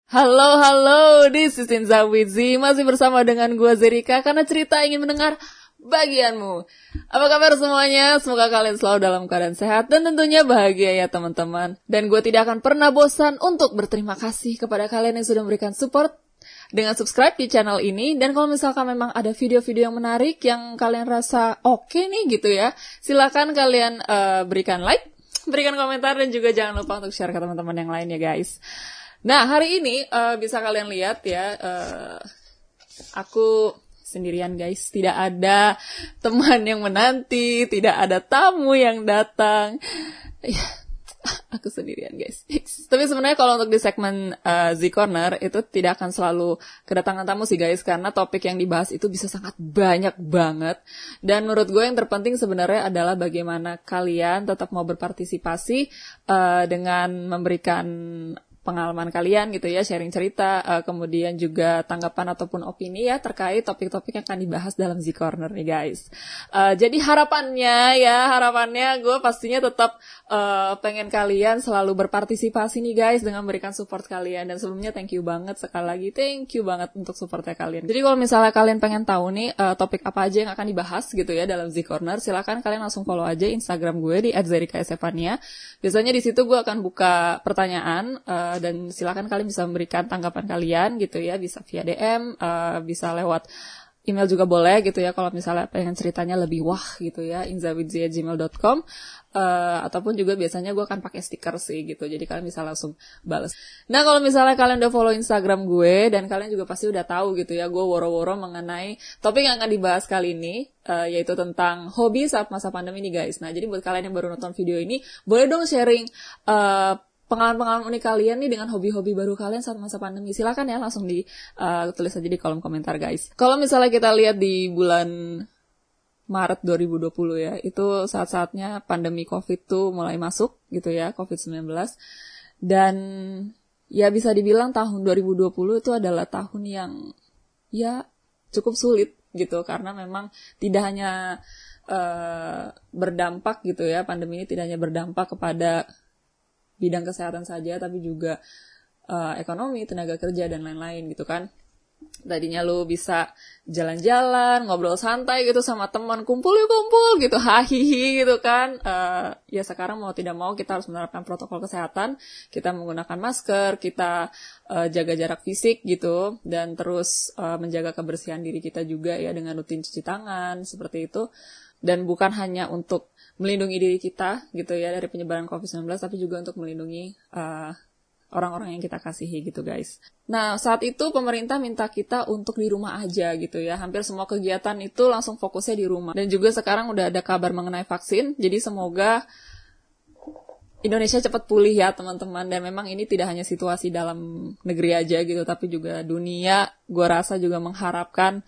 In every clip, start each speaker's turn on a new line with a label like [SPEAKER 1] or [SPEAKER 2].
[SPEAKER 1] Halo, this is Inza Wizi. Masih bersama dengan gue Zerika, karena cerita ingin mendengar bagianmu. Apa kabar semuanya? Semoga kalian selalu dalam keadaan sehat dan tentunya bahagia ya teman-teman. Dan gue tidak akan pernah bosan untuk berterima kasih kepada kalian yang sudah memberikan support dengan subscribe di channel ini. Dan kalau misalkan memang ada video-video yang menarik yang kalian rasa oke nih gitu ya, silakan kalian berikan like, berikan komentar, dan juga jangan lupa untuk share ke teman-teman yang lain ya guys. Nah, hari ini bisa kalian lihat ya, aku sendirian guys. Tidak ada teman yang menanti, tidak ada tamu yang datang. Ya, aku sendirian guys. Tapi sebenarnya kalau untuk di segmen Z Corner itu tidak akan selalu kedatangan tamu sih guys, karena topik yang dibahas itu bisa sangat banyak banget. Dan menurut gue yang terpenting sebenarnya adalah bagaimana kalian tetap mau berpartisipasi dengan memberikan pengalaman kalian gitu ya, sharing cerita, kemudian juga tanggapan ataupun opini ya terkait topik-topik yang akan dibahas dalam Z Corner nih guys. Jadi harapannya gue pastinya tetap pengen kalian selalu berpartisipasi nih guys dengan memberikan support kalian. Dan sebelumnya thank you banget, sekali lagi thank you banget untuk supportnya kalian. Jadi kalau misalnya kalian pengen tahu nih topik apa aja yang akan dibahas gitu ya dalam Z Corner, silakan kalian langsung follow aja Instagram gue di @zerikaesevania. Biasanya di situ gue akan buka pertanyaan dan silakan kalian bisa memberikan tanggapan kalian gitu ya, bisa via DM, bisa lewat email juga boleh gitu ya kalau misalnya pengen ceritanya lebih wah gitu ya, inzawidzi@gmail.com, ataupun juga biasanya gue akan pakai stiker sih gitu, jadi kalian bisa langsung balas. Nah, kalau misalnya kalian udah follow Instagram gue dan kalian juga pasti udah tahu gitu ya, gue woro-woro mengenai topik yang akan dibahas kali ini, yaitu tentang hobi saat masa pandemi nih guys. Nah, jadi buat kalian yang baru nonton video ini, boleh dong sharing pengalaman-pengalaman unik kalian nih dengan hobi-hobi baru kalian saat masa pandemi. Silakan ya langsung tulis aja di kolom komentar guys. Kalau misalnya kita lihat di bulan Maret 2020 ya, itu saat-saatnya pandemi COVID tuh mulai masuk gitu ya, COVID-19. Dan ya bisa dibilang tahun 2020 itu adalah tahun yang ya cukup sulit gitu, karena memang tidak hanya berdampak gitu ya, pandemi ini tidak hanya berdampak kepada bidang kesehatan saja, tapi juga ekonomi, tenaga kerja, dan lain-lain gitu kan. Tadinya lu bisa jalan-jalan, ngobrol santai gitu sama teman, kumpul gitu, hahihi gitu kan. Ya sekarang mau tidak mau kita harus menerapkan protokol kesehatan, kita menggunakan masker, kita jaga jarak fisik gitu, dan terus menjaga kebersihan diri kita juga ya dengan rutin cuci tangan, seperti itu. Dan bukan hanya untuk melindungi diri kita gitu ya dari penyebaran COVID-19, tapi juga untuk melindungi orang-orang yang kita kasihi gitu guys. Nah, saat itu pemerintah minta kita untuk di rumah aja gitu ya. Hampir semua kegiatan itu langsung fokusnya di rumah. Dan juga sekarang udah ada kabar mengenai vaksin, jadi semoga Indonesia cepat pulih ya teman-teman. Dan memang ini tidak hanya situasi dalam negeri aja gitu, tapi juga dunia, gue rasa juga mengharapkan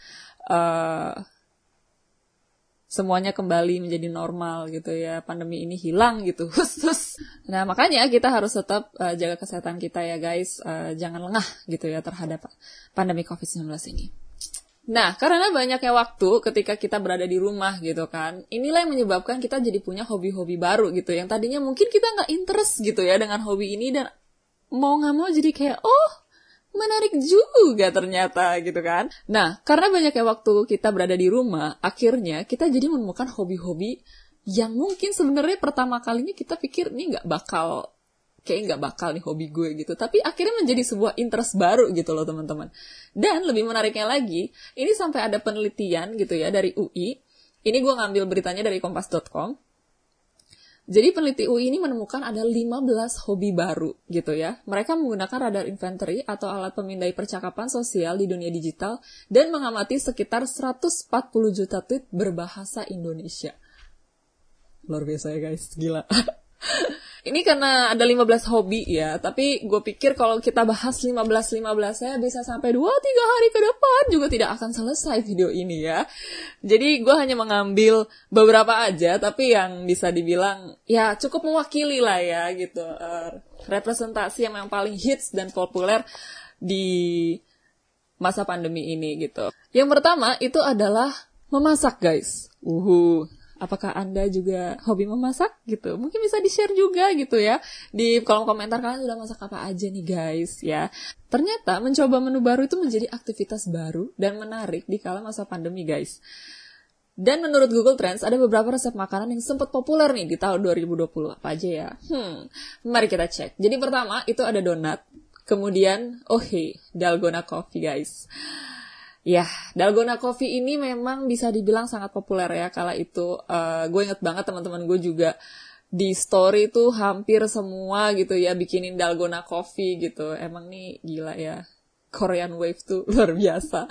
[SPEAKER 1] semuanya kembali menjadi normal gitu ya, pandemi ini hilang gitu. Nah, makanya kita harus tetap jaga kesehatan kita ya guys, jangan lengah gitu ya terhadap pandemi COVID-19 ini. Nah, karena banyaknya waktu ketika kita berada di rumah gitu kan, inilah yang menyebabkan kita jadi punya hobi-hobi baru gitu, yang tadinya mungkin kita nggak interest gitu ya dengan hobi ini, dan mau nggak mau jadi kayak, menarik juga ternyata gitu kan. Nah, karena banyaknya waktu kita berada di rumah, akhirnya kita jadi menemukan hobi-hobi yang mungkin sebenarnya pertama kalinya kita pikir ini nggak bakal nih hobi gue gitu. Tapi akhirnya menjadi sebuah interest baru gitu loh teman-teman. Dan lebih menariknya lagi, ini sampai ada penelitian gitu ya dari UI. Ini gue ngambil beritanya dari kompas.com. Jadi peneliti UI ini menemukan ada 15 hobi baru gitu ya. Mereka menggunakan radar inventory atau alat pemindai percakapan sosial di dunia digital dan mengamati sekitar 140 juta tweet berbahasa Indonesia. Luar biasa ya guys, gila. Ini karena ada 15 hobi ya, tapi gue pikir kalau kita bahas 15-15-nya bisa sampai 2-3 hari ke depan juga tidak akan selesai video ini ya. Jadi gue hanya mengambil beberapa aja, tapi yang bisa dibilang ya cukup mewakili lah ya gitu. Representasi yang paling hits dan populer di masa pandemi ini gitu. Yang pertama itu adalah memasak guys. Apakah Anda juga hobi memasak gitu? Mungkin bisa di-share juga gitu ya. Di kolom komentar kalian udah masak apa aja nih guys ya. Ternyata mencoba menu baru itu menjadi aktivitas baru dan menarik di kala masa pandemi guys. Dan menurut Google Trends ada beberapa resep makanan yang sempat populer nih di tahun 2020. Apa aja ya? Mari kita cek. Jadi pertama itu ada donat. Kemudian, dalgona coffee guys. Ya, dalgona coffee ini memang bisa dibilang sangat populer ya kala itu. Gue inget banget teman-teman gue juga di story tuh hampir semua gitu ya bikinin dalgona coffee gitu. Emang nih gila ya, Korean Wave tuh luar biasa.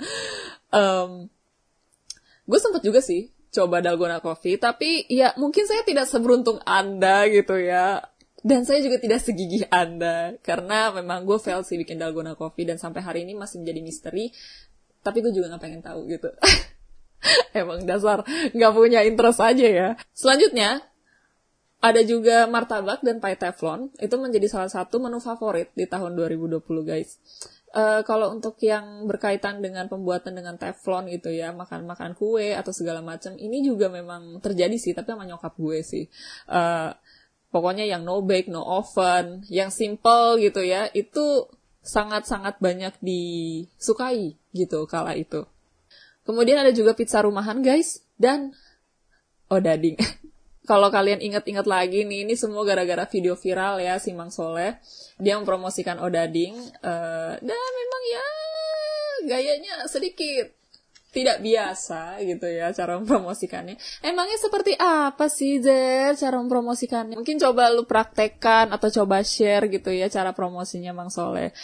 [SPEAKER 1] Gue sempet juga sih coba dalgona coffee, tapi ya mungkin saya tidak seberuntung Anda gitu ya. Dan saya juga tidak segigih Anda, karena memang gue fail sih bikin dalgona coffee dan sampai hari ini masih menjadi misteri. Tapi gue juga gak pengen tahu gitu. Emang dasar gak punya interest aja ya. Selanjutnya, ada juga martabak dan pie teflon. Itu menjadi salah satu menu favorit di tahun 2020 guys. Kalau untuk yang berkaitan dengan pembuatan dengan teflon gitu ya, makan kue atau segala macam, ini juga memang terjadi sih, tapi sama nyokap gue sih. Pokoknya yang no bake, no oven, yang simple gitu ya, itu sangat-sangat banyak disukai gitu kala itu. Kemudian ada juga pizza rumahan guys, dan odading. Kalau kalian ingat-ingat lagi nih, ini semua gara-gara video viral ya, si Mang Soleh. Dia mempromosikan odading, dan memang ya gayanya sedikit tidak biasa gitu ya cara mempromosikannya. Emangnya seperti apa sih Zer cara mempromosikannya? Mungkin coba lu praktekkan atau coba share gitu ya cara promosinya Mang Soleh.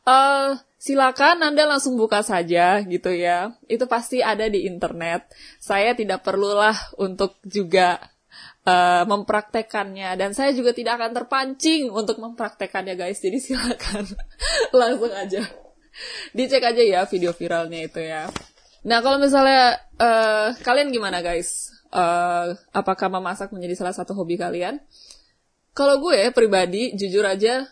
[SPEAKER 1] Silakan Anda langsung buka saja gitu ya. Itu pasti ada di internet. Saya tidak perlulah untuk juga mempraktekannya, dan saya juga tidak akan terpancing untuk mempraktekannya guys. Jadi silakan langsung aja dicek aja ya video viralnya itu ya. Nah, kalau misalnya kalian gimana guys? Apakah memasak menjadi salah satu hobi kalian? Kalau gue pribadi, jujur aja,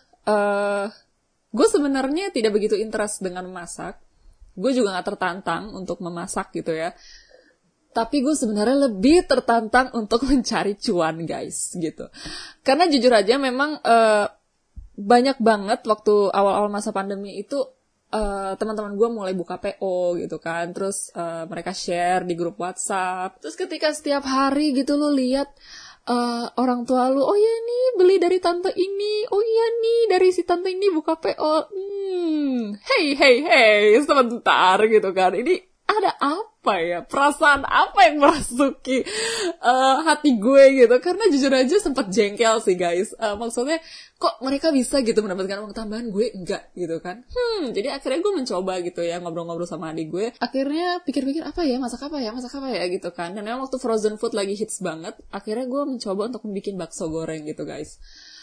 [SPEAKER 1] gue sebenarnya tidak begitu interest dengan memasak. Gue juga gak tertantang untuk memasak gitu ya. Tapi gue sebenarnya lebih tertantang untuk mencari cuan guys gitu. Karena jujur aja memang banyak banget waktu awal-awal masa pandemi itu, teman-teman gue mulai buka PO gitu kan, terus mereka share di grup WhatsApp. Terus ketika setiap hari gitu lo lihat orang tua lu, oh iya nih beli dari tante ini, oh iya nih dari si tante ini buka PO. Hey, sebentar gitu kan. Ini ada apa ya? Perasaan apa yang merasuki hati gue gitu? Karena jujur aja sempat jengkel sih guys. Maksudnya kok mereka bisa gitu mendapatkan uang tambahan, gue enggak gitu kan. Jadi akhirnya gue mencoba gitu ya, ngobrol-ngobrol sama adik gue. Akhirnya pikir-pikir masak apa ya gitu kan. Dan memang waktu frozen food lagi hits banget, akhirnya gue mencoba untuk bikin bakso goreng gitu guys.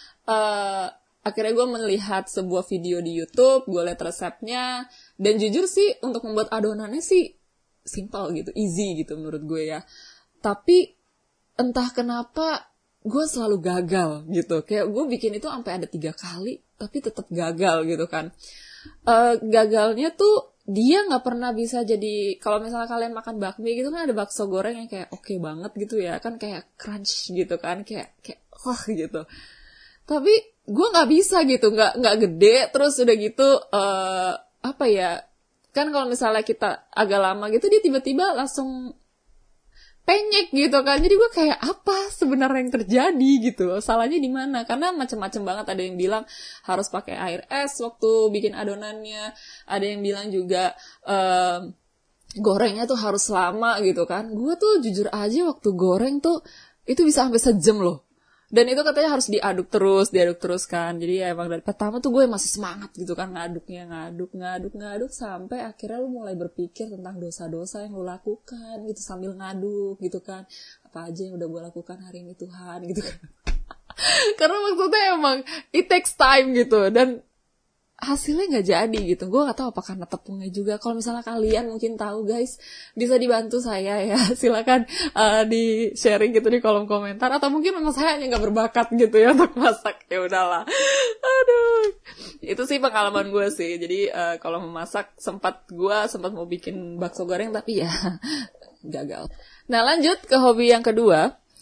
[SPEAKER 1] Akhirnya gue melihat sebuah video di YouTube, gue lihat resepnya, dan jujur sih untuk membuat adonannya sih simple gitu, easy gitu menurut gue ya. Tapi entah kenapa gue selalu gagal gitu. Kayak gue bikin itu sampai ada 3 kali, tapi tetap gagal gitu kan. Gagalnya tuh dia nggak pernah bisa jadi, kalau misalnya kalian makan bakmi gitu kan ada bakso goreng yang kayak oke banget gitu ya kan, kayak crunch gitu kan, kayak wah gitu. Tapi gue nggak bisa gitu, nggak gede, terus udah gitu apa ya, kan kalau misalnya kita agak lama gitu dia tiba-tiba langsung penyek gitu kan. Jadi gue kayak apa sebenarnya yang terjadi gitu, salahnya di mana? Karena macam-macam banget, ada yang bilang harus pakai air es waktu bikin adonannya, ada yang bilang juga gorengnya tuh harus lama gitu kan. Gue tuh jujur aja waktu goreng tuh itu bisa sampai sejam loh. Dan itu katanya harus diaduk terus kan. Jadi ya emang dari pertama tuh gue masih semangat gitu kan, ngaduk sampai akhirnya lu mulai berpikir tentang dosa-dosa yang lu lakukan gitu sambil ngaduk gitu kan. Apa aja yang udah gue lakukan hari ini Tuhan gitu kan. Karena maksudnya emang it takes time gitu, dan hasilnya nggak jadi gitu. Gue nggak tahu apa karena tepungnya juga. Kalau misalnya kalian mungkin tahu guys, bisa dibantu saya ya. Silakan di sharing gitu di kolom komentar. Atau mungkin memang saya hanya nggak berbakat gitu ya untuk masak. Ya udahlah. Aduh. Itu sih pengalaman gue sih. Jadi kalau memasak sempat mau bikin bakso goreng tapi ya gagal. Nah lanjut ke hobi yang kedua.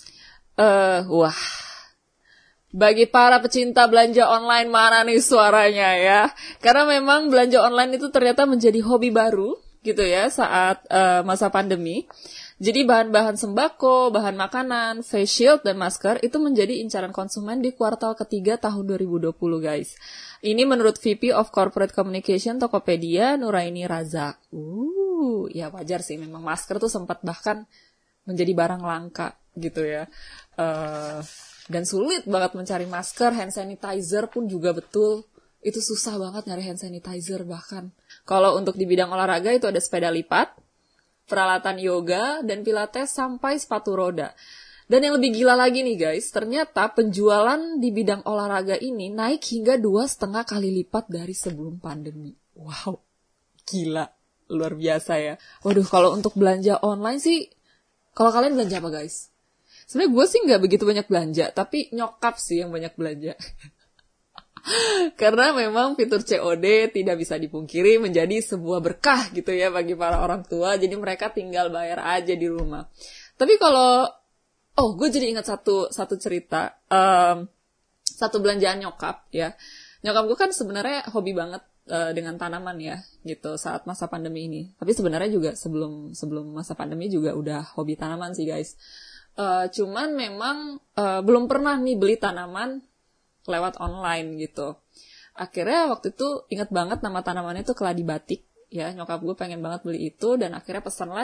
[SPEAKER 1] Wah, bagi para pecinta belanja online mana nih suaranya ya? Karena memang belanja online itu ternyata menjadi hobi baru gitu ya saat masa pandemi. Jadi bahan-bahan sembako, bahan makanan, face shield, dan masker itu menjadi incaran konsumen di kuartal ketiga tahun 2020 guys. Ini menurut VP of Corporate Communication Tokopedia, Nuraini Razak. Ya wajar sih, memang masker tuh sempat bahkan menjadi barang langka gitu ya. Dan sulit banget mencari masker, hand sanitizer pun juga betul. Itu susah banget nyari hand sanitizer bahkan. Kalau untuk di bidang olahraga itu ada sepeda lipat, peralatan yoga, dan pilates sampai sepatu roda. Dan yang lebih gila lagi nih guys, ternyata penjualan di bidang olahraga ini naik hingga 2,5 kali lipat dari sebelum pandemi. Wow, gila, luar biasa ya. Waduh, kalau untuk belanja online sih, kalau kalian belanja apa guys? Sebenarnya gue sih nggak begitu banyak belanja, tapi nyokap sih yang banyak belanja. Karena memang fitur COD tidak bisa dipungkiri menjadi sebuah berkah gitu ya bagi para orang tua. Jadi mereka tinggal bayar aja di rumah. Tapi kalau, gue jadi ingat satu cerita. Satu belanjaan nyokap ya. Nyokap gue kan sebenarnya hobi banget dengan tanaman ya gitu saat masa pandemi ini. Tapi sebenarnya juga sebelum masa pandemi juga udah hobi tanaman sih guys. Cuman memang belum pernah nih beli tanaman lewat online gitu. Akhirnya waktu itu ingat banget nama tanamannya itu keladi batik ya. Nyokap gue pengen banget beli itu dan akhirnya pesanlah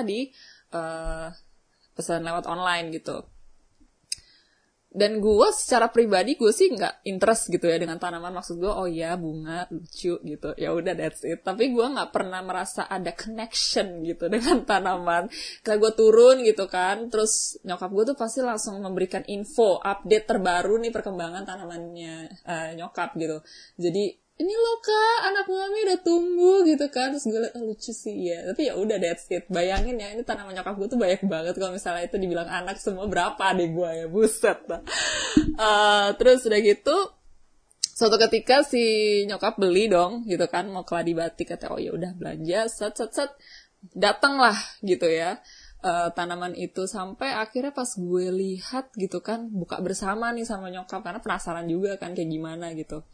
[SPEAKER 1] pesan lewat online gitu. Dan gue secara pribadi gue sih nggak interest gitu ya dengan tanaman. Maksud gue bunga lucu gitu, ya udah that's it. Tapi gue nggak pernah merasa ada connection gitu dengan tanaman. Kayak gue turun gitu kan, terus nyokap gue tuh pasti langsung memberikan info update terbaru nih perkembangan tanamannya nyokap gitu. Jadi ini loh kak, anak mami udah tumbuh gitu kan. Terus gue liat, lucu sih ya. Tapi ya udah that's it. Bayangin ya, ini tanaman nyokap gue tuh banyak banget. Kalau misalnya itu dibilang anak semua, berapa adek gue ya, buset. Terus udah gitu, suatu ketika si nyokap beli dong gitu kan, mau keladi batik. Kata, ya udah belanja, set. Datanglah gitu ya. Tanaman itu sampai akhirnya pas gue lihat gitu kan, buka bersama nih sama nyokap. Karena penasaran juga kan kayak gimana gitu.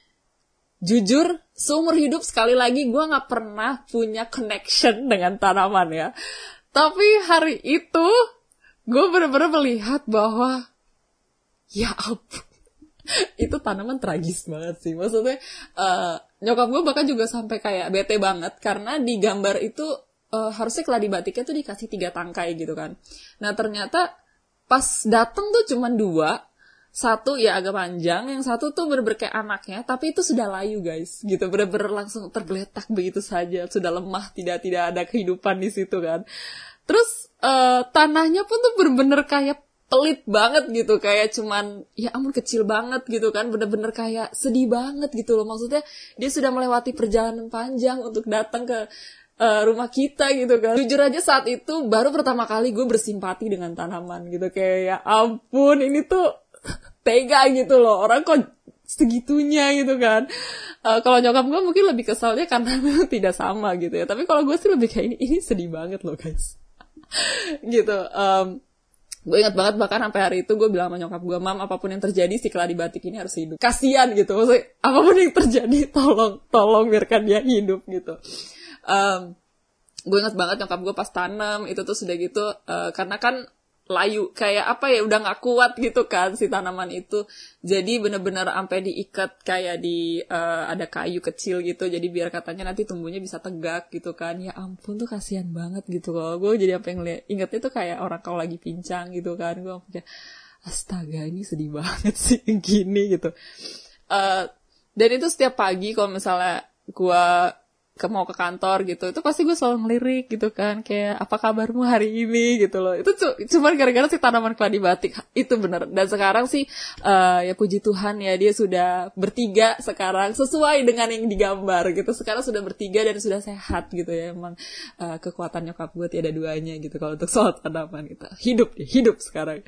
[SPEAKER 1] Jujur, seumur hidup sekali lagi gue gak pernah punya connection dengan tanaman ya. Tapi hari itu, gue bener-bener melihat bahwa, ya ampun, itu tanaman tragis banget sih. Maksudnya, nyokap gue bahkan juga sampai kayak bete banget. Karena di gambar itu, harusnya keladi batiknya tuh dikasih 3 tangkai gitu kan. Nah ternyata, pas dateng tuh cuma 2. Satu ya agak panjang, yang satu tuh bener-bener kayak anaknya, tapi itu sudah layu guys, gitu, bener-bener langsung tergeletak begitu saja, sudah lemah, tidak ada kehidupan di situ kan. Terus tanahnya pun tuh bener-bener kayak pelit banget gitu, kayak cuman, ya ampun kecil banget gitu kan, bener-bener kayak sedih banget gitu loh, maksudnya dia sudah melewati perjalanan panjang untuk datang ke rumah kita gitu kan. Jujur aja saat itu baru pertama kali gue bersimpati dengan tanaman gitu, kayak ya ampun ini tuh tega gitu loh, orang kok segitunya gitu kan. Kalau nyokap gue mungkin lebih kesalnya karena memang tidak sama gitu ya. Tapi kalau gue sih lebih kayak ini sedih banget loh guys. Gitu. Gue ingat banget bahkan sampai hari itu gue bilang sama nyokap gue, Mam, apapun yang terjadi si keladi batik ini harus hidup. Kasian gitu, maksudnya apapun yang terjadi tolong biarkan dia hidup gitu. Gue ingat banget nyokap gue pas tanam itu tuh sudah gitu, karena kan layu kayak apa ya, udah nggak kuat gitu kan si tanaman itu, jadi bener-bener sampai diikat kayak di ada kayu kecil gitu, jadi biar katanya nanti tumbuhnya bisa tegak gitu kan. Ya ampun tuh kasihan banget gitu loh, gue jadi apa yang ingetnya tuh kayak orang kalau lagi pincang gitu kan. Gue kayak astaga ini sedih banget sih gini gitu. Dan itu setiap pagi kalau misalnya gue mau ke kantor gitu, itu pasti gue selalu ngelirik gitu kan, kayak apa kabarmu hari ini gitu loh. Itu cuman gara-gara si tanaman keladi batik itu bener. Dan sekarang sih ya puji Tuhan ya, dia sudah bertiga sekarang sesuai dengan yang digambar gitu. Sekarang sudah bertiga dan sudah sehat gitu ya. Emang kekuatan nyokap gue tiada duanya gitu kalau untuk soal tanaman gitu. Hidup sekarang.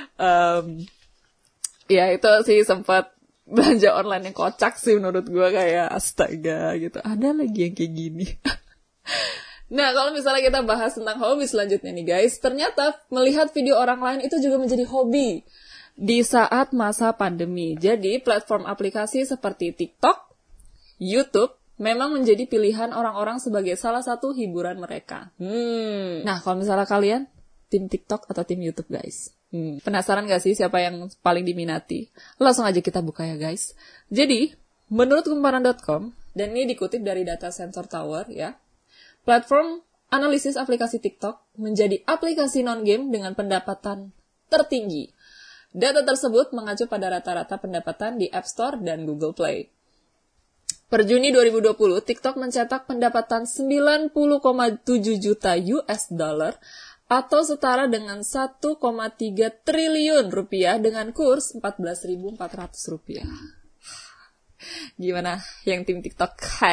[SPEAKER 1] Ya itu sih sempat belanja online yang kocak sih menurut gue, kayak astaga gitu, ada lagi yang kayak gini. Nah, kalau misalnya kita bahas tentang hobi selanjutnya nih guys, ternyata melihat video orang lain itu juga menjadi hobi di saat masa pandemi. Jadi, platform aplikasi seperti TikTok, YouTube, memang menjadi pilihan orang-orang sebagai salah satu hiburan mereka. Nah, kalau misalnya kalian, tim TikTok atau tim YouTube guys? Penasaran gak sih siapa yang paling diminati? Langsung aja kita buka ya guys. Jadi, menurut kumparan.com, dan ini dikutip dari data Sensor Tower ya, platform analisis aplikasi TikTok menjadi aplikasi non-game dengan pendapatan tertinggi. Data tersebut mengacu pada rata-rata pendapatan di App Store dan Google Play. Per Juni 2020, TikTok mencetak pendapatan 90,7 juta US dollar atau setara dengan 1,3 triliun rupiah dengan kurs 14.400 rupiah. Gimana yang tim TikTok?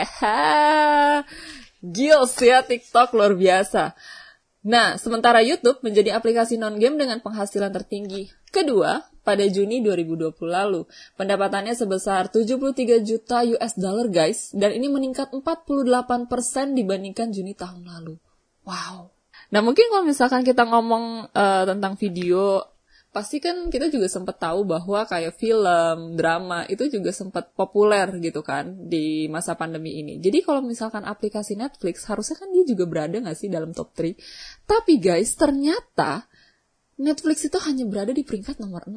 [SPEAKER 1] Gils ya, TikTok luar biasa. Nah, sementara YouTube menjadi aplikasi non-game dengan penghasilan tertinggi. Kedua, pada Juni 2020 lalu, pendapatannya sebesar 73 juta US dollar guys, dan ini meningkat 48% dibandingkan Juni tahun lalu. Wow. Nah, mungkin kalau misalkan kita ngomong tentang video, pasti kan kita juga sempat tahu bahwa kayak film, drama, itu juga sempat populer gitu kan di masa pandemi ini. Jadi kalau misalkan aplikasi Netflix, harusnya kan dia juga berada nggak sih dalam top 3? Tapi guys, ternyata Netflix itu hanya berada di peringkat nomor 6.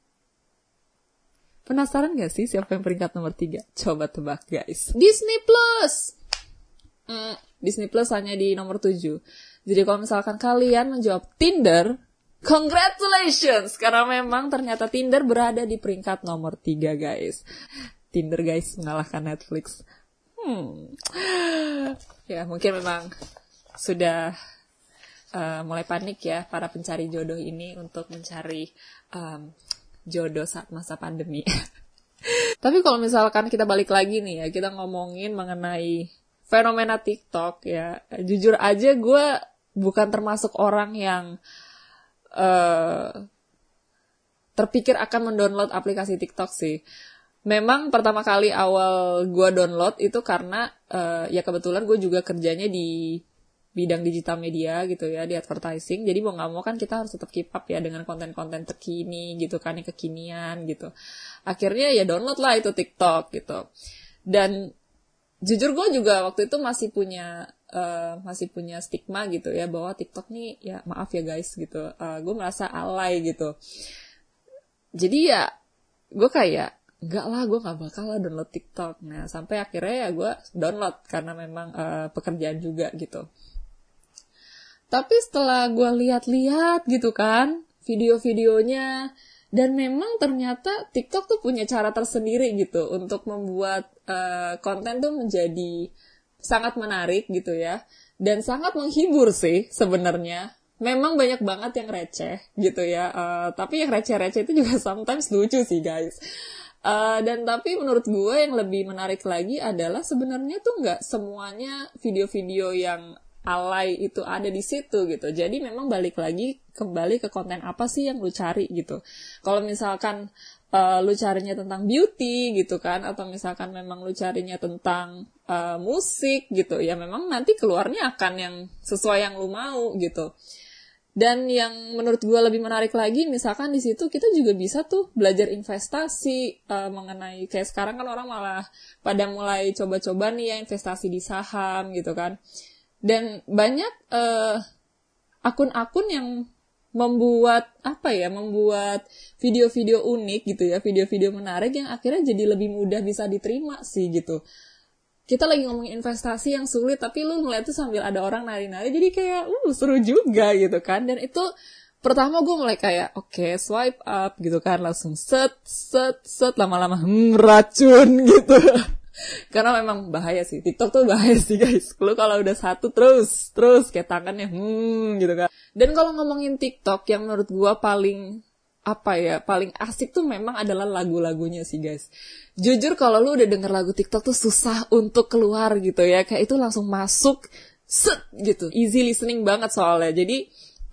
[SPEAKER 1] Penasaran nggak sih siapa yang peringkat nomor 3? Coba tebak guys. Disney Plus! Disney Plus hanya di nomor 7. Jadi kalau misalkan kalian menjawab Tinder, congratulations! Karena memang ternyata Tinder berada di peringkat nomor 3, guys. Tinder, guys, mengalahkan Netflix. Ya, mungkin memang sudah mulai panik ya para pencari jodoh ini untuk mencari jodoh saat masa pandemi. Tapi kalau misalkan kita balik lagi nih ya, kita ngomongin mengenai fenomena TikTok ya. Jujur aja gue bukan termasuk orang yang terpikir akan mendownload aplikasi TikTok sih. Memang pertama kali awal gue download itu karena ya kebetulan gue juga kerjanya di bidang digital media gitu ya, di advertising. Jadi mau nggak mau kan kita harus tetap keep up ya dengan konten-konten terkini gitu kan, yang kekinian gitu. Akhirnya ya download lah itu TikTok gitu. Dan jujur gue juga waktu itu masih punya stigma gitu ya, bahwa TikTok nih ya maaf ya guys gitu, gue merasa alay gitu. Jadi ya gue kayak enggak lah, gue gak bakal lah download TikTok. Nah sampai akhirnya ya gue download karena memang pekerjaan juga gitu. Tapi setelah gue lihat-lihat gitu kan video-videonya, dan memang ternyata TikTok tuh punya cara tersendiri gitu untuk membuat konten tuh menjadi sangat menarik gitu ya, dan sangat menghibur sih sebenarnya. Memang banyak banget yang receh gitu ya, tapi yang receh-receh itu juga sometimes lucu sih guys. Dan tapi menurut gue yang lebih menarik lagi adalah sebenarnya tuh nggak semuanya video-video yang alay itu ada di situ gitu. Jadi memang balik lagi kembali ke konten apa sih yang lu cari gitu. Kalau misalkan lu carinya tentang beauty gitu kan, atau misalkan memang lu carinya tentang musik gitu, ya memang nanti keluarnya akan yang sesuai yang lu mau gitu. Dan yang menurut gue lebih menarik lagi, misalkan di situ kita juga bisa tuh belajar investasi mengenai, kayak sekarang kan orang malah pada mulai coba-coba nih ya investasi di saham gitu kan. Dan banyak akun-akun yang membuat video-video unik gitu ya, video-video menarik yang akhirnya jadi lebih mudah bisa diterima sih gitu. Kita lagi ngomongin investasi yang sulit, tapi lu ngeliat tuh sambil ada orang nari-nari, jadi kayak seru juga gitu kan. Dan itu pertama gue mulai kayak oke, swipe up gitu kan, langsung set lama-lama racun gitu. Karena memang bahaya sih, TikTok tuh bahaya sih guys. Lu kalau udah satu terus kayak tangannya gitu kan. Dan kalau ngomongin TikTok, yang menurut gue paling asik tuh memang adalah lagu-lagunya sih guys. Jujur kalau lu udah denger lagu TikTok tuh susah untuk keluar gitu ya, kayak itu langsung masuk set gitu, easy listening banget soalnya. Jadi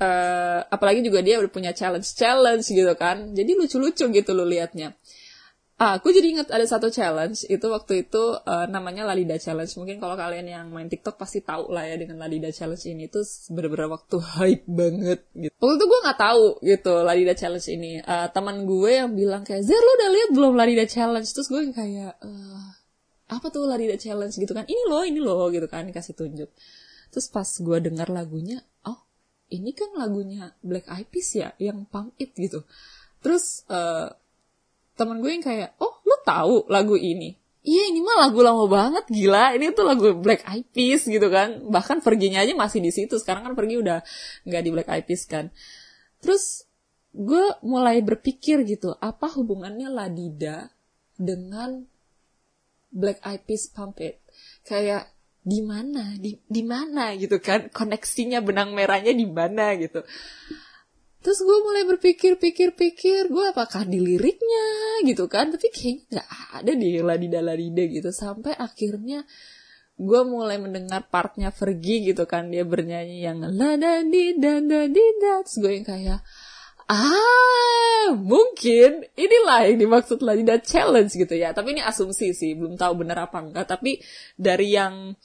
[SPEAKER 1] apalagi juga dia udah punya challenge gitu kan, jadi lucu-lucu gitu lu liatnya. Aku jadi ingat ada satu challenge, itu waktu itu namanya Lalida Challenge. Mungkin kalau kalian yang main TikTok pasti tahu lah ya dengan Lalida Challenge ini. Itu bener-bener waktu hype banget gitu. Waktu itu gue gak tahu gitu Lalida Challenge ini. Teman gue yang bilang kayak, Zer, lo udah lihat belum Lalida Challenge? Terus gue yang kayak, apa tuh Lalida Challenge gitu kan? Ini loh gitu kan, dikasih tunjuk. Terus pas gue dengar lagunya, oh ini kan lagunya Black Eyed Peas ya, yang Pump It gitu. Terus temen gue yang kayak, oh lu tahu lagu ini? Iya ini mah lagu lama banget, gila. Ini tuh lagu Black Eyed Peas gitu kan. Bahkan Fergie-nya aja masih di situ. Sekarang kan Fergie udah nggak di Black Eyed Peas kan. Terus gue mulai berpikir gitu, apa hubungannya Ladida dengan Black Eyed Peas Pump It? Kayak di mana gitu kan? Koneksinya benang merahnya di mana gitu. Terus gue mulai berpikir, gue apakah di liriknya gitu kan, tapi kayaknya gak ada di Ladida gitu, sampai akhirnya gue mulai mendengar partnya Fergie gitu kan, dia bernyanyi yang la-da-di-da-da-di-da, terus gue yang kayak, mungkin inilah yang dimaksud Ladida Challenge gitu ya, tapi ini asumsi sih, belum tahu benar apa enggak, tapi dari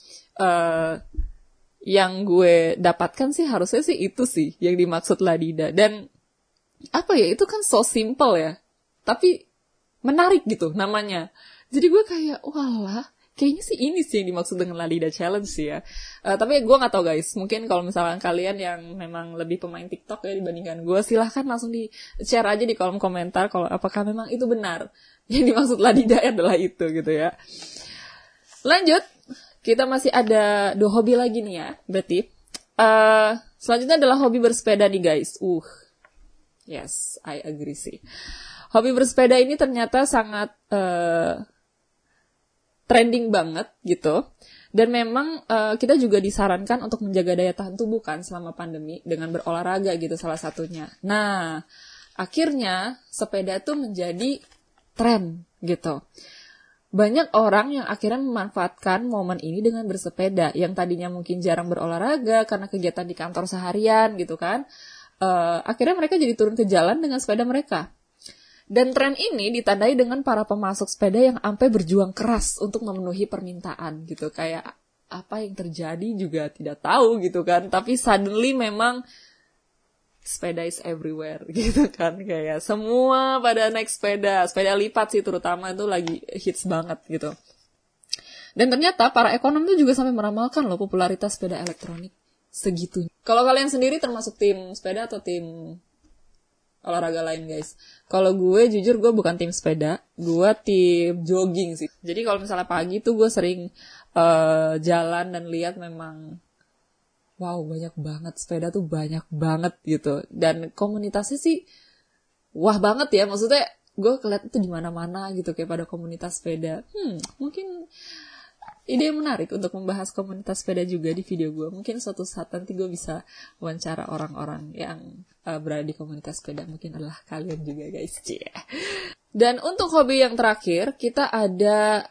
[SPEAKER 1] yang gue dapatkan sih harusnya sih itu sih yang dimaksud Ladida. Dan apa ya, itu kan so simple ya, tapi menarik gitu namanya. Jadi gue kayak, walah, kayaknya sih ini sih yang dimaksud dengan Ladida Challenge sih ya. Tapi gue gak tahu guys, mungkin kalau misalkan kalian yang memang lebih pemain TikTok ya dibandingkan gue, silahkan langsung di share aja di kolom komentar kalau apakah memang itu benar yang dimaksud Ladida adalah itu gitu ya. Lanjut, kita masih ada 2 hobi lagi nih ya, berarti. Selanjutnya adalah hobi bersepeda nih guys. Yes, I agree sih. Hobi bersepeda ini ternyata sangat trending banget gitu. Dan memang kita juga disarankan untuk menjaga daya tahan tubuh kan selama pandemi dengan berolahraga gitu salah satunya. Nah, akhirnya sepeda tuh menjadi tren gitu. Banyak orang yang akhirnya memanfaatkan momen ini dengan bersepeda, yang tadinya mungkin jarang berolahraga karena kegiatan di kantor seharian gitu kan. Akhirnya mereka jadi turun ke jalan dengan sepeda mereka. Dan tren ini ditandai dengan para pemasok sepeda yang sampai berjuang keras untuk memenuhi permintaan gitu. Kayak apa yang terjadi juga tidak tahu gitu kan. Tapi suddenly memang sepeda is everywhere gitu kan, kayak semua pada naik sepeda lipat sih terutama, itu lagi hits banget gitu. Dan ternyata para ekonom tuh juga sampai meramalkan loh popularitas sepeda elektronik segitunya. Kalau kalian sendiri termasuk tim sepeda atau tim olahraga lain guys? Kalau gue jujur gue bukan tim sepeda, gue tim jogging sih. Jadi kalau misalnya pagi tuh gue sering jalan dan lihat memang wow, banyak banget, sepeda tuh banyak banget gitu. Dan komunitasnya sih, wah banget ya. Maksudnya, gue keliat itu di mana-mana gitu, kayak pada komunitas sepeda. Mungkin ide yang menarik untuk membahas komunitas sepeda juga di video gue. Mungkin suatu saat nanti gue bisa wawancara orang-orang yang berada di komunitas sepeda. Mungkin adalah kalian juga guys. Dan untuk hobi yang terakhir, kita ada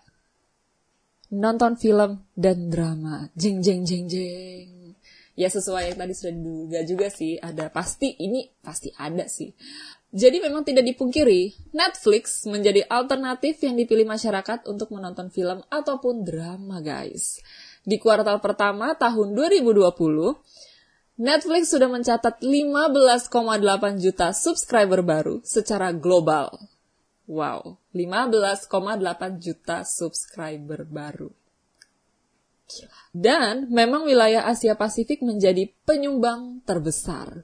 [SPEAKER 1] nonton film dan drama. Jeng jeng jeng jeng. Ya sesuai yang tadi sudah diduga juga sih, pasti ada sih. Jadi memang tidak dipungkiri, Netflix menjadi alternatif yang dipilih masyarakat untuk menonton film ataupun drama guys. Di kuartal pertama tahun 2020, Netflix sudah mencatat 15,8 juta subscriber baru secara global. Wow, 15,8 juta subscriber baru. Dan memang wilayah Asia Pasifik menjadi penyumbang terbesar.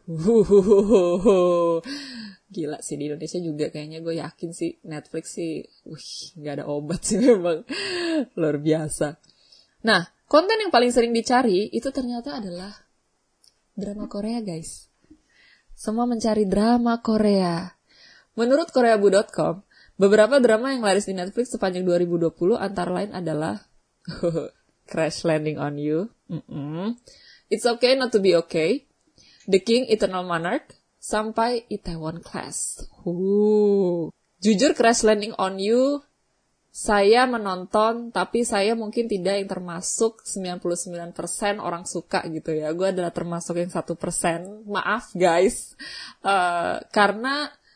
[SPEAKER 1] Gila sih, di Indonesia juga kayaknya gue yakin sih Netflix sih, gak ada obat sih memang. Luar biasa. Nah, konten yang paling sering dicari itu ternyata adalah drama Korea guys. Semua mencari drama Korea. Menurut koreabu.com, beberapa drama yang laris di Netflix sepanjang 2020 antara lain adalah Crash Landing on You, It's Okay Not to Be Okay, The King Eternal Monarch, sampai Itaewon Class. Jujur Crash Landing on You saya menonton, tapi saya mungkin tidak yang termasuk 99% orang suka gitu ya. Gue adalah termasuk yang 1%. Maaf guys, karena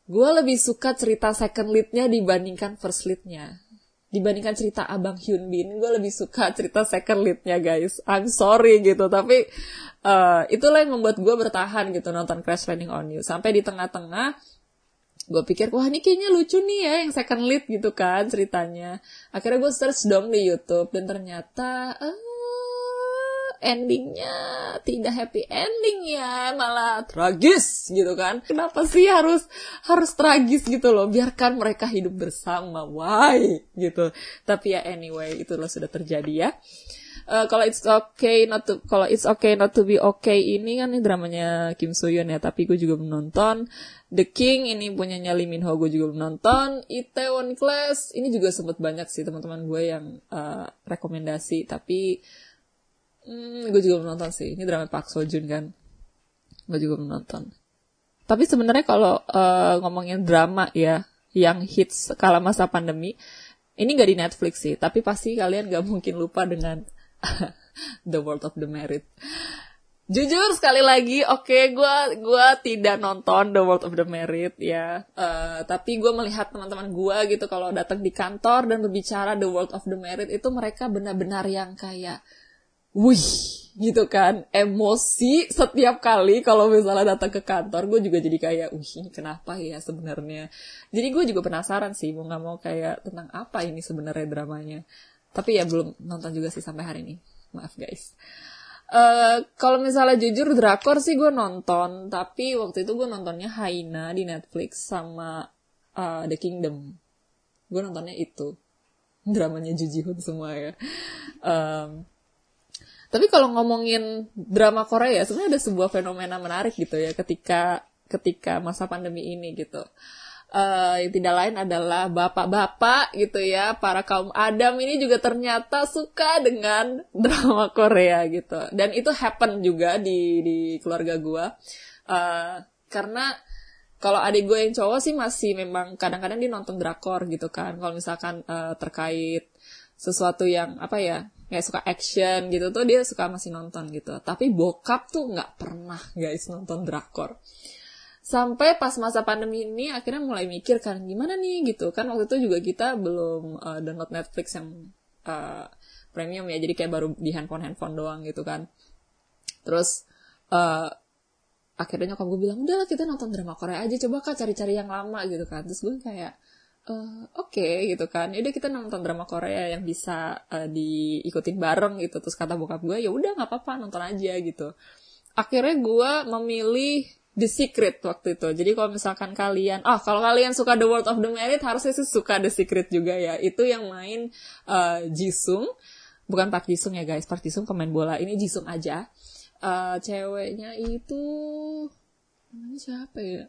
[SPEAKER 1] gue lebih suka cerita second lead-nya dibandingkan first lead-nya. Dibandingkan cerita Abang Hyun Bin, gue lebih suka cerita second lead-nya, guys. I'm sorry gitu, tapi itulah yang membuat gue bertahan gitu nonton Crash Landing on You. Sampai di tengah-tengah, gue pikir, wah ini kayaknya lucu nih ya yang second lead gitu kan ceritanya. Akhirnya gue search dong di YouTube, dan ternyata endingnya tidak happy ending ya, malah tragis gitu kan. Kenapa sih harus tragis gitu loh? Biarkan mereka hidup bersama, why gitu. Tapi ya anyway, itulah sudah terjadi ya. Kalau It's Okay Not to Be Okay ini kan ini dramanya Kim Soo Hyun ya, tapi gue juga belum nonton. The King ini punyanya Lee Min Ho, gue juga belum nonton. Itaewon Class ini juga sempat banyak sih teman-teman gue yang rekomendasi, tapi gue juga belum nonton sih. Ini drama Park Seo Joon kan, gue juga belum nonton. Tapi sebenarnya kalau ngomongin drama ya yang hits kala masa pandemi, ini gak di Netflix sih, tapi pasti kalian gak mungkin lupa dengan The World of the Married. Jujur sekali lagi, oke, gue tidak nonton The World of the Married ya, tapi gue melihat teman-teman gue gitu kalau datang di kantor dan berbicara The World of the Married itu mereka benar-benar yang kayak wih gitu kan, emosi setiap kali kalau misalnya datang ke kantor. Gue juga jadi kayak ini kenapa ya sebenarnya. Jadi gue juga penasaran sih, mau nggak mau kayak tentang apa ini sebenarnya dramanya. Tapi ya belum nonton juga sih sampai hari ini, maaf guys. Kalau misalnya jujur drakor sih gue nonton, tapi waktu itu gue nontonnya Haina di Netflix sama The Kingdom. Gue nontonnya itu dramanya Ju Ji Hoon semua ya. Tapi kalau ngomongin drama Korea, sebenarnya ada sebuah fenomena menarik gitu ya ketika masa pandemi ini gitu. Yang tidak lain adalah bapak-bapak gitu ya, para kaum Adam ini juga ternyata suka dengan drama Korea gitu. Dan itu happen juga di keluarga gue. Karena kalau adik gue yang cowok sih masih memang kadang-kadang dia nonton drakor gitu kan. Kalau misalkan terkait sesuatu yang apa ya, kayak suka action gitu tuh dia suka masih nonton gitu. Tapi bokap tuh nggak pernah guys nonton drakor. Sampai pas masa pandemi ini akhirnya mulai mikir kan gimana nih gitu. Kan waktu itu juga kita belum download Netflix yang premium ya. Jadi kayak baru di handphone doang gitu kan. Terus akhirnya nyokap gue bilang udahlah kita nonton drama Korea aja. Coba kak cari-cari yang lama gitu kan. Terus gue kayak oke, gitu kan. Yaudah kita nonton drama Korea yang bisa diikutin bareng gitu. Terus kata bokap gue, ya udah nggak apa-apa nonton aja gitu. Akhirnya gue memilih The Secret waktu itu. Jadi kalau misalkan kalian, kalau kalian suka The World of the Married, harusnya sih suka The Secret juga ya. Itu yang main Jisung, bukan Park Jisung ya guys. Park Jisung pemain bola. Ini Jisung aja. Ceweknya itu namanya siapa ya?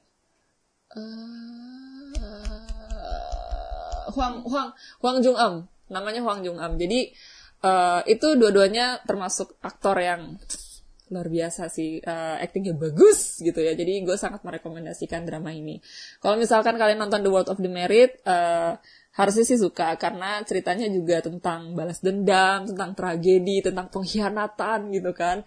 [SPEAKER 1] Hwang Jung-am, namanya Hwang Jung-am. Jadi itu dua-duanya termasuk aktor yang luar biasa sih, actingnya bagus gitu ya. Jadi gue sangat merekomendasikan drama ini. Kalau misalkan kalian nonton The World of the Married, harusnya sih suka karena ceritanya juga tentang balas dendam, tentang tragedi, tentang pengkhianatan gitu kan.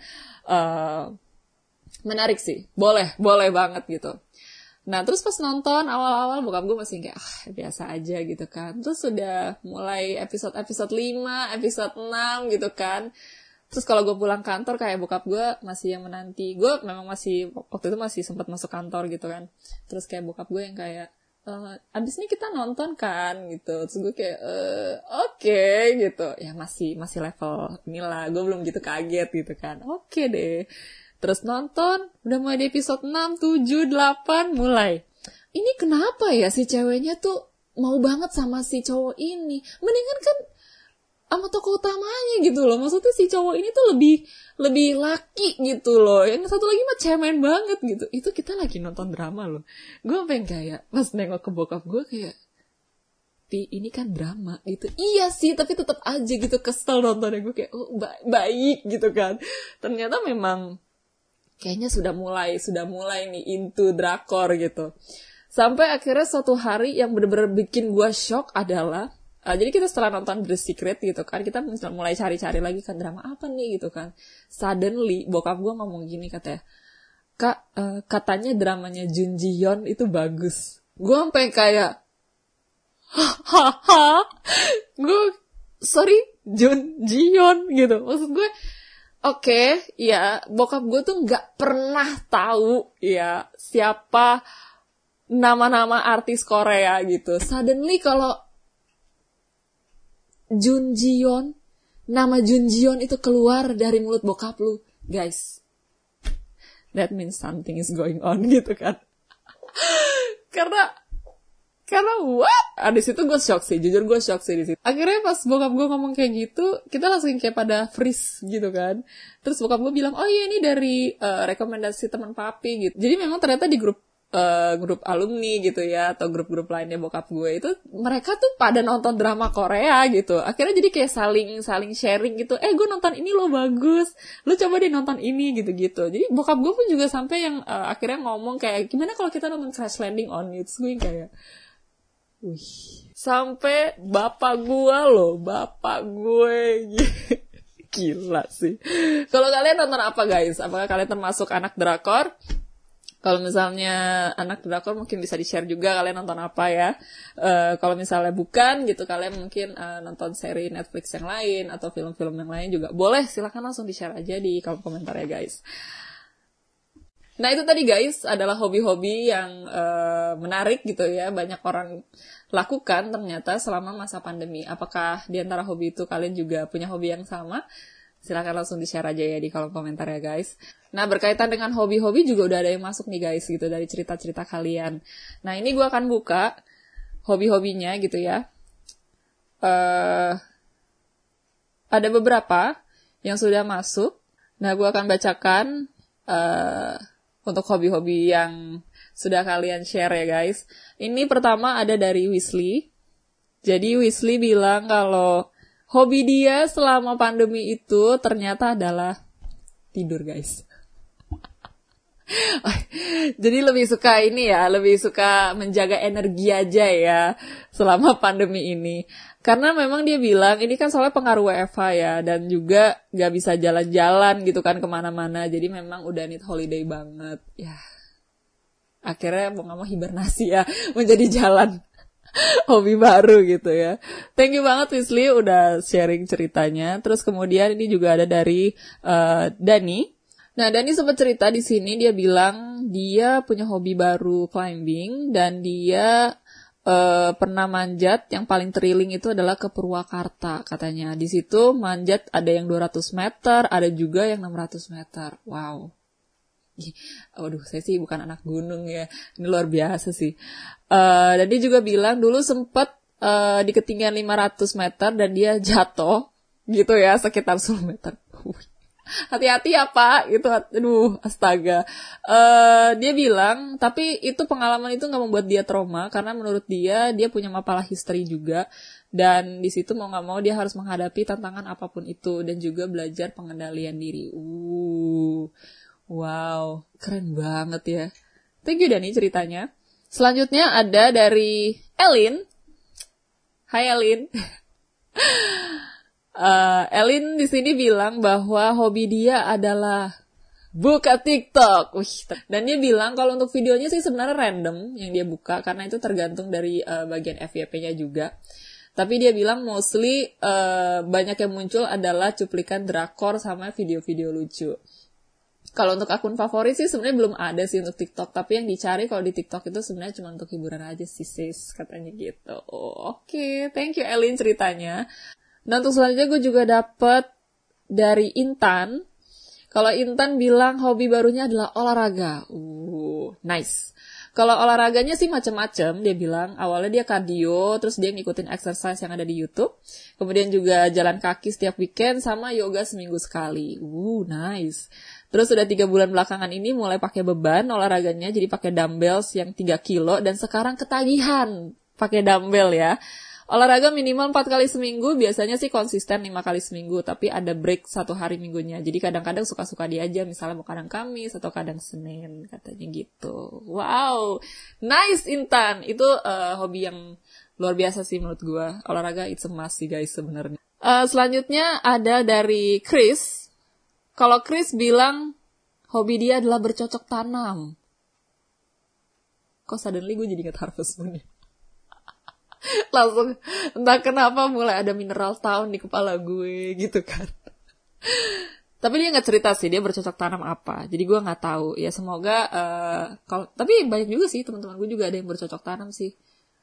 [SPEAKER 1] Menarik sih, boleh banget gitu. Nah, terus pas nonton awal-awal bokap gue masih kayak biasa aja gitu kan. Terus sudah mulai episode 5, episode 6 gitu kan. Terus kalau gue pulang kantor kayak bokap gue masih yang menanti. Gue memang masih, waktu itu masih sempat masuk kantor gitu kan. Terus kayak bokap gue yang kayak, abis ini kita nonton kan gitu. Terus gue kayak, oke, gitu. Ya masih level inilah, gue belum gitu kaget gitu kan. Oke deh. Terus nonton, udah mulai di episode 6, 7, 8, mulai. Ini kenapa ya si ceweknya tuh mau banget sama si cowok ini? Mendingan kan sama tokoh utamanya gitu loh. Maksudnya si cowok ini tuh lebih laki gitu loh. Yang satu lagi mah cemen banget gitu. Itu kita lagi nonton drama loh. Gue pengen kayak, pas nengok ke bokap gue kayak, ini kan drama gitu. Iya sih, tapi tetap aja gitu kesel nontonnya. Gue kayak, baik gitu kan. Ternyata memang kayaknya sudah mulai nih into drakor gitu. Sampai akhirnya suatu hari yang benar-benar bikin gue shock adalah, jadi kita setelah nonton The Secret gitu kan, kita mulai cari-cari lagi kan drama apa nih gitu kan. Suddenly bokap gue ngomong gini katanya, Kak, katanya dramanya Jun Ji Hyun itu bagus. Gue sampai kayak, hahaha, gue, sorry, Jun Jion gitu. Maksud gue, oke, ya, bokap gue tuh nggak pernah tahu ya siapa nama-nama artis Korea gitu. Suddenly kalau Jun Jion, nama Jun Jion itu keluar dari mulut bokap lu, guys, that means something is going on gitu kan. Karena what? Di situ gue shock sih, jujur gue shock sih di situ. Akhirnya pas bokap gue ngomong kayak gitu, kita langsung kayak pada freeze gitu kan. Terus bokap gue bilang, oh iya ini dari rekomendasi teman papi gitu. Jadi memang ternyata di grup alumni gitu ya, atau grup-grup lainnya bokap gue itu, mereka tuh pada nonton drama Korea gitu. Akhirnya jadi kayak saling sharing gitu. Gue nonton ini loh, bagus. Lu coba deh nonton ini gitu-gitu. Jadi bokap gue pun juga sampai yang akhirnya ngomong kayak, gimana kalau kita nonton Crash Landing on You? Terus gue yang kayak, wih, sampai bapak gue gila sih. Kalau kalian nonton apa guys? Apakah kalian termasuk anak drakor? Kalau misalnya anak drakor mungkin bisa di-share juga kalian nonton apa ya. Kalau misalnya bukan gitu, kalian mungkin nonton seri Netflix yang lain atau film-film yang lain juga boleh. Silahkan langsung di-share aja di kolom komentar ya guys. Nah itu tadi guys adalah hobi-hobi yang menarik gitu ya, banyak orang lakukan ternyata selama masa pandemi. Apakah di antara hobi itu kalian juga punya hobi yang sama? Silahkan langsung di-share aja ya di kolom komentar ya guys. Nah berkaitan dengan hobi-hobi juga udah ada yang masuk nih guys gitu dari cerita-cerita kalian. Nah ini gue akan buka hobi-hobinya gitu ya. Ada beberapa yang sudah masuk. Nah gue akan bacakan untuk hobi-hobi yang sudah kalian share ya guys. Ini pertama ada dari Weasley. Jadi Weasley bilang kalau hobi dia selama pandemi itu ternyata adalah tidur guys. Jadi lebih suka ini ya, lebih suka menjaga energi aja ya selama pandemi ini. Karena memang dia bilang ini kan soalnya pengaruh WFH ya, dan juga gak bisa jalan-jalan gitu kan kemana-mana. Jadi memang udah need holiday banget ya. Akhirnya mau gak mau hibernasi ya, menjadi jalan hobi baru gitu ya. Thank you banget Weasley udah sharing ceritanya. Terus kemudian ini juga ada dari Dani. Nah, Dani sempat cerita di sini, dia bilang dia punya hobi baru climbing dan dia pernah manjat. Yang paling thrilling itu adalah ke Purwakarta katanya. Di situ manjat ada yang 200 meter, ada juga yang 600 meter. Wow. Waduh, saya sih bukan anak gunung ya. Ini luar biasa sih. Dan dia juga bilang dulu sempat di ketinggian 500 meter dan dia jatuh gitu ya, sekitar 10 meter. Hati-hati ya Pak, gitu. Aduh, astaga. Dia bilang, tapi itu pengalaman itu gak membuat dia trauma, karena menurut dia punya masalah history juga. Dan di situ mau gak mau dia harus menghadapi tantangan apapun itu, dan juga belajar pengendalian diri. Wow, keren banget ya. Thank you Dani ceritanya. Selanjutnya ada dari Elin. Hai Elin. Elin di sini bilang bahwa hobi dia adalah buka TikTok. Dan dia bilang kalau untuk videonya sih sebenarnya random yang dia buka, karena itu tergantung dari bagian FYP-nya juga. Tapi dia bilang mostly banyak yang muncul adalah cuplikan drakor sama video-video lucu. Kalau untuk akun favorit sih sebenarnya belum ada sih untuk TikTok, tapi yang dicari kalau di TikTok itu sebenarnya cuma untuk hiburan aja sih sis, katanya gitu. Oke, thank you Elin ceritanya. Nah untuk selanjutnya gue juga dapet dari Intan. Kalau Intan bilang hobi barunya adalah olahraga. Nice. Kalau olahraganya sih macam-macam, dia bilang awalnya dia cardio, terus dia ngikutin exercise yang ada di YouTube. Kemudian juga jalan kaki setiap weekend sama yoga seminggu sekali. Nice. Terus udah 3 bulan belakangan ini mulai pakai beban olahraganya, jadi pakai dumbbells yang 3 kilo, dan sekarang ketagihan pakai dumbbell ya. Olahraga minimal 4 kali seminggu, biasanya sih konsisten 5 kali seminggu, tapi ada break 1 hari minggunya. Jadi kadang-kadang suka-suka dia aja, misalnya mau kadang Kamis atau kadang Senin, katanya gitu. Wow, nice Intan. Itu hobi yang luar biasa sih menurut gue. Olahraga it's a must sih guys sebenarnya. Selanjutnya ada dari Chris. Kalau Chris bilang hobi dia adalah bercocok tanam. kok suddenly gue jadi inget Harvest Moon ya. Langsung entah kenapa mulai ada mineral town di kepala gue gitu kan. Tapi dia nggak cerita sih dia bercocok tanam apa, jadi gue nggak tahu ya. Semoga tapi banyak juga sih teman-teman gue juga ada yang bercocok tanam sih.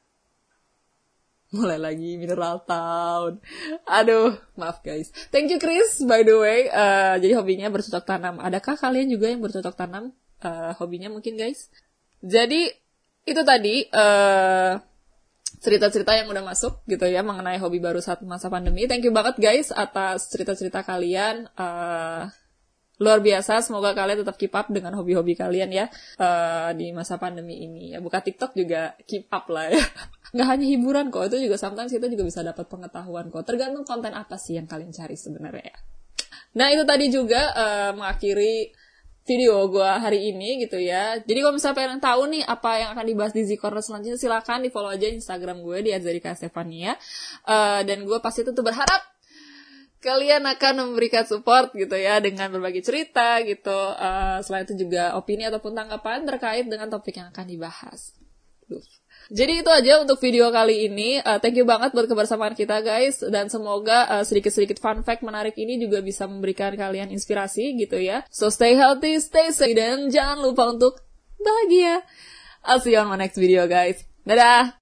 [SPEAKER 1] Mulai lagi mineral town. Aduh, maaf guys. Thank you Chris by the way. Jadi hobinya bercocok tanam. Adakah kalian juga yang bercocok tanam hobinya mungkin guys? Jadi itu tadi cerita-cerita yang udah masuk gitu ya mengenai hobi baru saat masa pandemi. Thank you banget guys atas cerita-cerita kalian. Luar biasa, semoga kalian tetap keep up dengan hobi-hobi kalian ya di masa pandemi ini. Ya, buka TikTok juga keep up lah ya. Nggak hanya hiburan kok, itu juga sometimes kita juga bisa dapat pengetahuan kok. Tergantung konten apa sih yang kalian cari sebenarnya ya. Nah itu tadi juga mengakhiri video gue hari ini gitu ya. Jadi kalau misalnya pengen tahu nih apa yang akan dibahas di Z-Corner selanjutnya, silakan di follow aja Instagram gue di @zarika_stefania. Dan gue pasti tentu berharap kalian akan memberikan support gitu ya dengan berbagi cerita gitu. Selain itu juga opini ataupun tanggapan terkait dengan topik yang akan dibahas. Jadi itu aja untuk video kali ini. Thank you banget buat kebersamaan kita guys. Dan semoga sedikit-sedikit fun fact menarik ini juga bisa memberikan kalian inspirasi gitu ya. So stay healthy, stay safe, dan jangan lupa untuk bahagia. I'll see you on my next video guys. Dadah!